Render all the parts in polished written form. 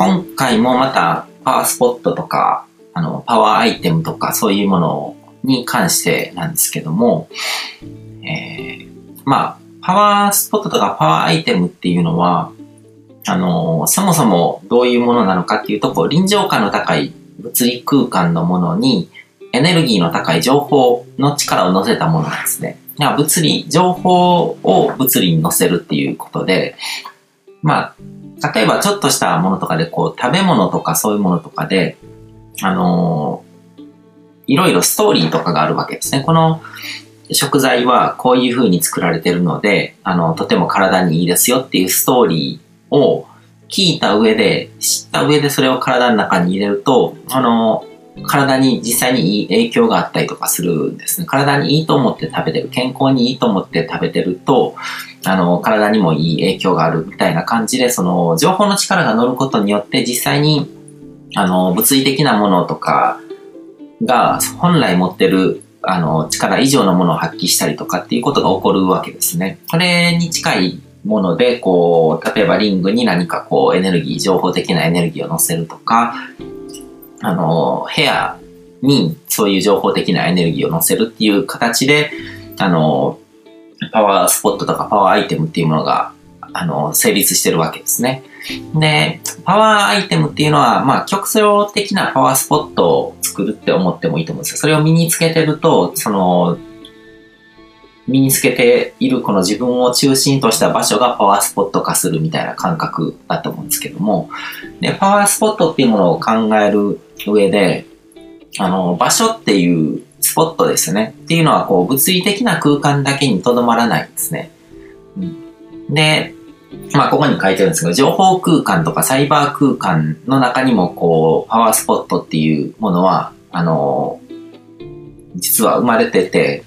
今回もまたパワースポットとか、パワーアイテムとかそういうものに関してなんですけども、パワースポットとかパワーアイテムっていうのは、そもそもどういうものなのかっていうと、臨場感の高い物理空間のものにエネルギーの高い情報の力を乗せたものなんですね。情報を物理に乗せるっていうことで、例えばちょっとしたものとかで食べ物とかそういうものとかで、いろいろストーリーとかがあるわけですね。この食材はこういう風に作られてるので、とても体にいいですよっていうストーリーを知った上でそれを体の中に入れると、体に実際にいい影響があったりとかするんですね。体にいいと思って食べてる、健康にいいと思って食べてると、体にもいい影響があるみたいな感じで、その情報の力が乗ることによって実際に、物理的なものとかが本来持ってる、力以上のものを発揮したりとかっていうことが起こるわけですね。これに近いもので、例えばリングに何か情報的なエネルギーを乗せるとか、部屋にそういう情報的なエネルギーを乗せるっていう形で、パワースポットとかパワーアイテムっていうものが、成立してるわけですね。で、パワーアイテムっていうのは、極小的なパワースポットを作るって思ってもいいと思うんですよ。それを身につけてると、身につけているこの自分を中心とした場所がパワースポット化するみたいな感覚だと思うんですけども、で、パワースポットっていうものを考える上で、場所っていうスポットですね。っていうのは、物理的な空間だけにとどまらないんですね。で、ここに書いてるんですけど、情報空間とかサイバー空間の中にも、パワースポットっていうものは、実は生まれてて、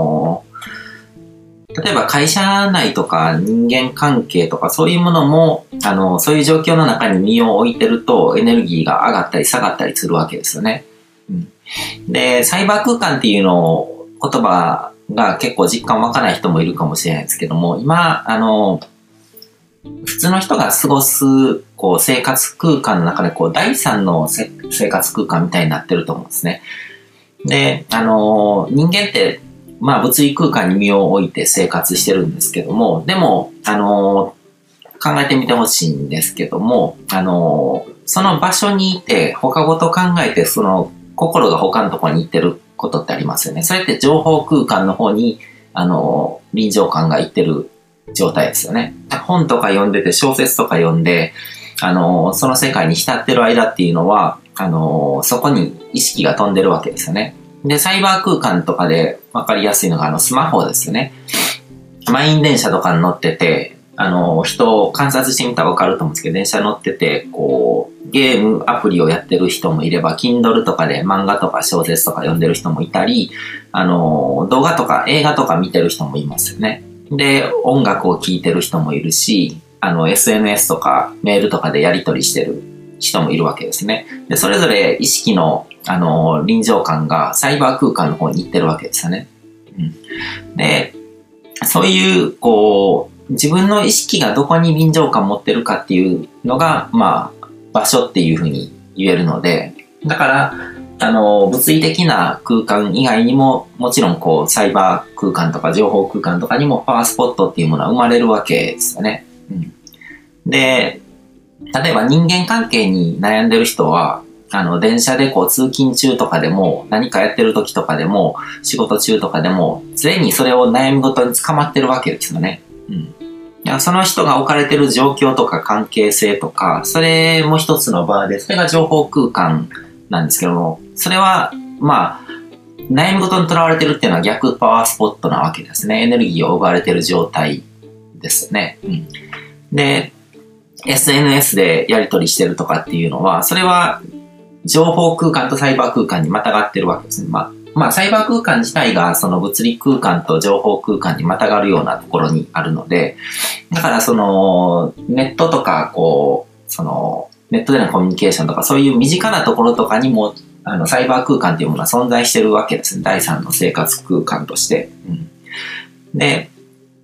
例えば会社内とか人間関係とかそういうものも、そういう状況の中に身を置いてるとエネルギーが上がったり下がったりするわけですよね。で、サイバー空間っていうのを言葉が結構実感湧かない人もいるかもしれないですけども、今、普通の人が過ごす、生活空間の中で、第三の生活空間みたいになってると思うんですね。で、人間って、物理空間に身を置いて生活してるんですけども、でも、考えてみてほしいんですけども、その場所にいて、他ごと考えて、心が他のところに行ってることってありますよね。それって情報空間の方に、臨場感が行ってる状態ですよね。本とか読んでて、小説とか読んで、その世界に浸ってる間っていうのは、そこに意識が飛んでるわけですよね。で、サイバー空間とかで分かりやすいのが、スマホですよね。満員電車とかに乗ってて、人を観察してみたら分かると思うんですけど、電車乗ってて、ゲームアプリをやってる人もいれば、Kindle とかで漫画とか小説とか読んでる人もいたり、動画とか映画とか見てる人もいますよね。で、音楽を聴いてる人もいるし、SNS とかメールとかでやり取りしてる人もいるわけですね。で、それぞれ意識の、臨場感がサイバー空間の方に行ってるわけですよね。で、そういう、自分の意識がどこに臨場感を持ってるかっていうのが、場所っていうふうに言えるので、だから、物理的な空間以外にも、もちろんサイバー空間とか情報空間とかにもパワースポットっていうものは生まれるわけですよね。で、例えば人間関係に悩んでる人は、電車で通勤中とかでも、何かやってる時とかでも、仕事中とかでも、常にそれを悩み事に捕まってるわけですよね。その人が置かれてる状況とか関係性とか、それも一つの場で、それが情報空間なんですけども、それは、悩み事にとらわれてるっていうのは逆パワースポットなわけですね。エネルギーを奪われてる状態ですね。で、SNS でやり取りしてるとかっていうのは、それは情報空間とサイバー空間にまたがってるわけですね。サイバー空間自体がその物理空間と情報空間にまたがるようなところにあるので、だからネットとかネットでのコミュニケーションとかそういう身近なところとかにもサイバー空間っていうものは存在してるわけですね。第三の生活空間として。で、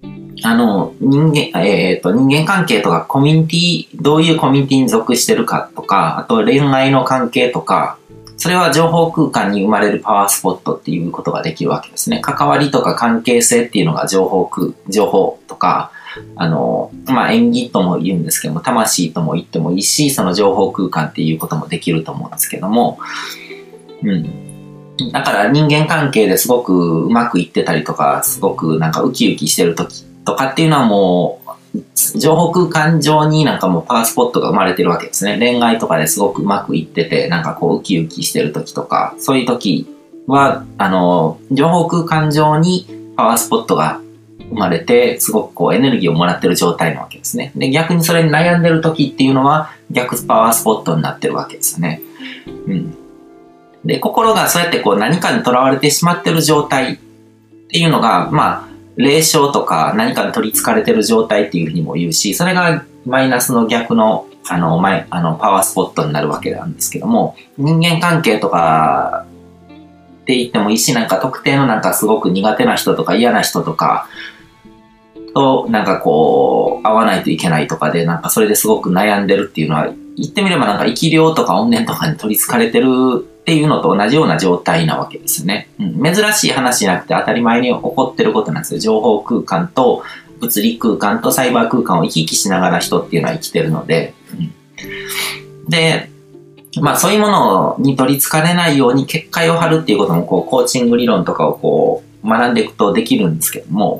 人間関係とかコミュニティ、どういうコミュニティに属してるかとか、あと恋愛の関係とか、それは情報空間に生まれるパワースポットっていうことができるわけですね。関わりとか関係性っていうのが情報とか、縁起とも言うんですけども、魂とも言ってもいいし、その情報空間っていうこともできると思うんですけども、だから人間関係ですごくうまくいってたりとか、すごくなんかウキウキしてる時とかっていうのはもう、情報空間上になんかもうパワースポットが生まれてるわけですね。恋愛とかですごくうまくいってて、なんかこうウキウキしてる時とか、そういう時は、情報空間上にパワースポットが生まれて、すごくこうエネルギーをもらってる状態なわけですね。で、逆にそれに悩んでる時っていうのは逆パワースポットになってるわけですよね。で、心がそうやってこう何かにとらわれてしまってる状態っていうのが、霊障とか何かに取り憑かれてる状態っていうふうにも言うし、それがマイナスの逆の、パワースポットになるわけなんですけども、人間関係とかって言ってもいいし、なんか特定のなんかすごく苦手な人とか嫌な人とかとなんかこう、会わないといけないとかで、なんかそれですごく悩んでるっていうのは、言ってみればなんか生き量とか怨念とかに取り憑かれてるっていうのと同じような状態なわけですよね。珍しい話じゃなくて当たり前に起こってることなんですよ。情報空間と物理空間とサイバー空間を行き来しながら人っていうのは生きてるので、で、そういうものに取り憑かれないように結界を張るっていうこともこうコーチング理論とかをこう学んでいくとできるんですけども、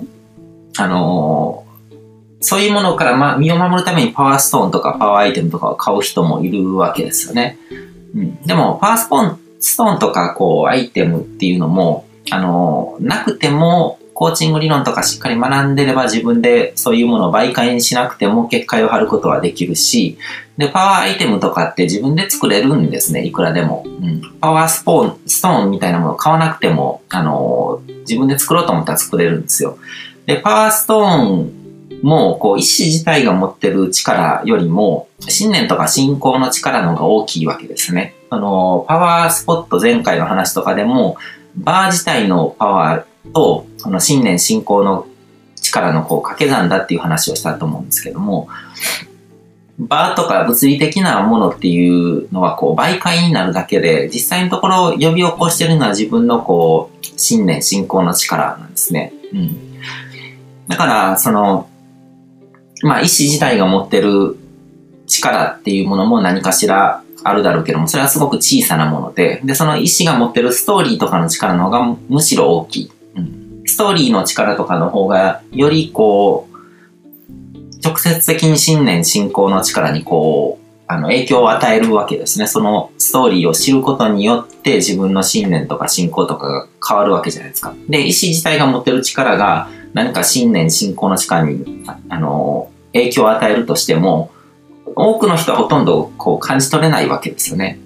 そういうものから身を守るためにパワーストーンとかパワーアイテムとかを買う人もいるわけですよね。でも、パワーストーンとか、こう、アイテムっていうのも、なくても、コーチング理論とかしっかり学んでれば自分でそういうものを媒介にしなくても結界を張ることはできるし、で、パワーアイテムとかって自分で作れるんですね、いくらでも。パワーストーンみたいなものを買わなくても、自分で作ろうと思ったら作れるんですよ。で、パワーストーンも、こう、意志自体が持ってる力よりも、信念とか信仰の力の方が大きいわけですね。パワースポット前回の話とかでも、バー自体のパワーと、信念信仰の力のこう掛け算だっていう話をしたと思うんですけども、バーとか物理的なものっていうのはこう媒介になるだけで、実際のところ呼び起こしてるのは自分のこう、信念信仰の力なんですね。だから、意志自体が持ってる力っていうものも何かしらあるだろうけども、それはすごく小さなもので、その意志が持ってるストーリーとかの力の方がむしろ大きい。ストーリーの力とかの方が、よりこう、直接的に信念、信仰の力にこう、影響を与えるわけですね。そのストーリーを知ることによって自分の信念とか信仰とかが変わるわけじゃないですか。で、意志自体が持ってる力が何か信念、信仰の力に、影響を与えるとしても、多くの人はほとんどこう感じ取れないわけですよね。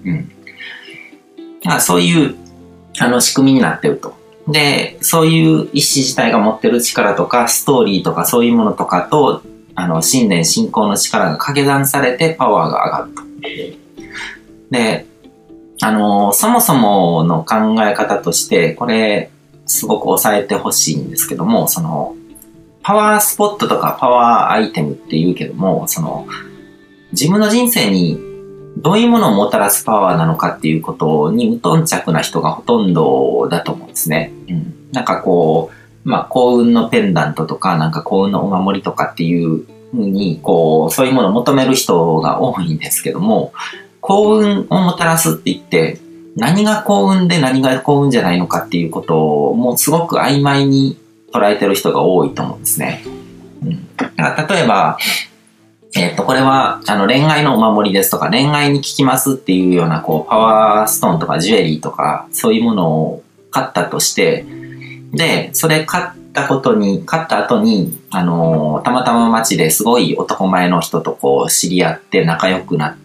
そういう、仕組みになってると。で、そういう意志自体が持ってる力とか、ストーリーとかそういうものとかと、信念、信仰の力が掛け算されてパワーが上がると。で、そもそもの考え方として、これ、すごく押さえてほしいんですけども、パワースポットとかパワーアイテムって言うけども、自分の人生にどういうものをもたらすパワーなのかっていうことに無頓着な人がほとんどだと思うんですね。なんかこう、幸運のペンダントとか、なんか幸運のお守りとかっていうふうに、こう、そういうものを求める人が多いんですけども、幸運をもたらすって言って、何が幸運で何が幸運じゃないのかっていうことを、もうすごく曖昧に捉えてる人が多いと思うんですね。だから例えば、これは、恋愛のお守りですとか、恋愛に効きますっていうような、こう、パワーストーンとかジュエリーとか、そういうものを買ったとして、で、それ買った後に、たまたま街ですごい男前の人とこう、知り合って仲良くなって、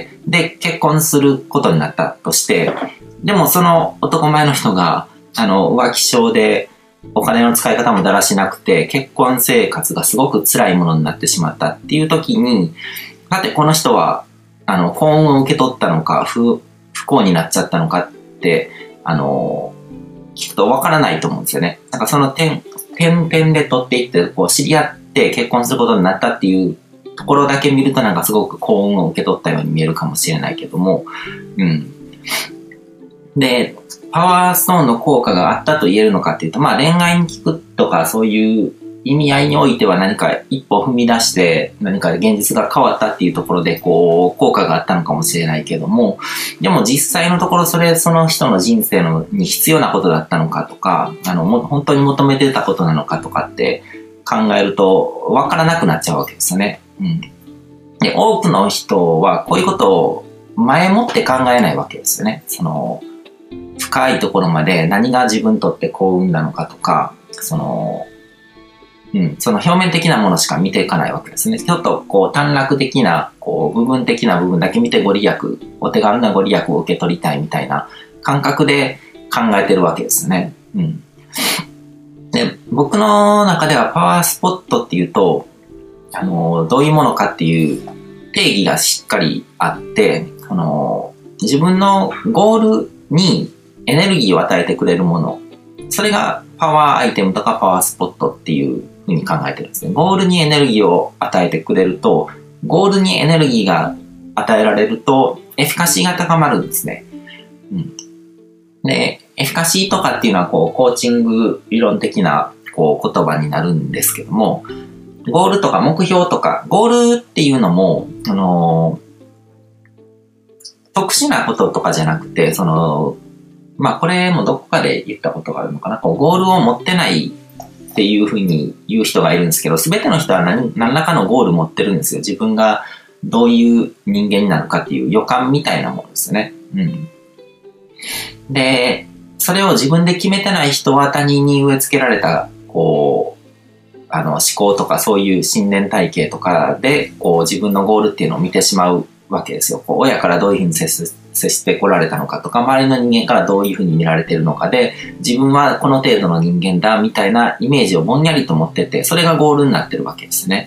で、結婚することになったとして、でもその男前の人が、浮気性で、お金の使い方もだらしなくて、結婚生活がすごく辛いものになってしまったっていう時に、だってこの人は、幸運を受け取ったのか、不幸になっちゃったのかって、聞くとわからないと思うんですよね。なんかその点で取っていって、こう知り合っって結婚することになったっていうところだけ見るとなんかすごく幸運を受け取ったように見えるかもしれないけども、で、パワーストーンの効果があったと言えるのかっていうと、恋愛に効くとかそういう意味合いにおいては何か一歩踏み出して何か現実が変わったっていうところで効果があったのかもしれないけども、でも実際のところその人の人生に必要なことだったのかとか、本当に求めてたことなのかとかって考えると分からなくなっちゃうわけですよね。で、多くの人はこういうことを前もって考えないわけですよね。深いところまで何が自分にとって幸運なのかとか、その表面的なものしか見ていかないわけですね。ちょっと短絡的な、部分的な部分だけ見てお手軽なご利益を受け取りたいみたいな感覚で考えてるわけですね。で、僕の中ではパワースポットっていうと、どういうものかっていう定義がしっかりあって、自分のゴールにエネルギーを与えてくれるもの、それがパワーアイテムとかパワースポットっていうふうに考えてるんですね。ゴールにエネルギーを与えてくれると、ゴールにエネルギーが与えられると、エフィカシーが高まるんですね。で、エフィカシーとかっていうのはコーチング理論的な言葉になるんですけども、ゴールとか目標とか、ゴールっていうのも、特殊なこととかじゃなくて、これもどこかで言ったことがあるのかな。ゴールを持ってないっていうふうに言う人がいるんですけど、すべての人は何らかのゴール持ってるんですよ。自分がどういう人間になるかっていう予感みたいなものですね。で、それを自分で決めてない人は他人に植え付けられた、思考とかそういう信念体系とかで、自分のゴールっていうのを見てしまうわけですよ。親からどういうふうに接してこられたのかとか、周りの人間からどういうふうに見られているのかで、自分はこの程度の人間だみたいなイメージをぼんやりと持ってて、それがゴールになってるわけですね。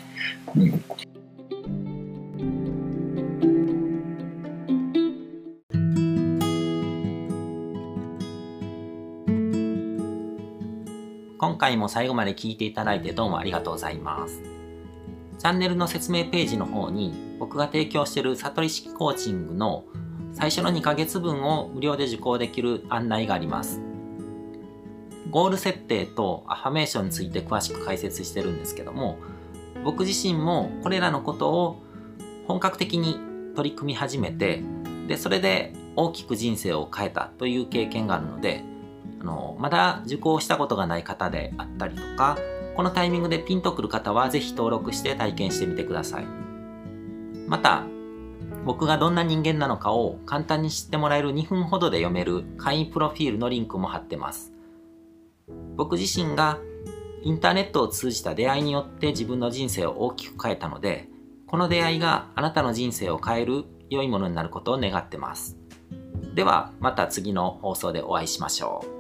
今回も最後まで聞いていただいてどうもありがとうございます。チャンネルの説明ページの方に僕が提供している悟り式コーチングの最初の2ヶ月分を無料で受講できる案内があります。ゴール設定とアファメーションについて詳しく解説してるんですけども、僕自身もこれらのことを本格的に取り組み始めて、でそれで大きく人生を変えたという経験があるので、まだ受講したことがない方であったりとか、このタイミングでピンとくる方はぜひ登録して体験してみてください。また、僕がどんな人間なのかを簡単に知ってもらえる2分ほどで読める会員プロフィールのリンクも貼ってます。僕自身がインターネットを通じた出会いによって自分の人生を大きく変えたので、この出会いがあなたの人生を変える良いものになることを願ってます。ではまた次の放送でお会いしましょう。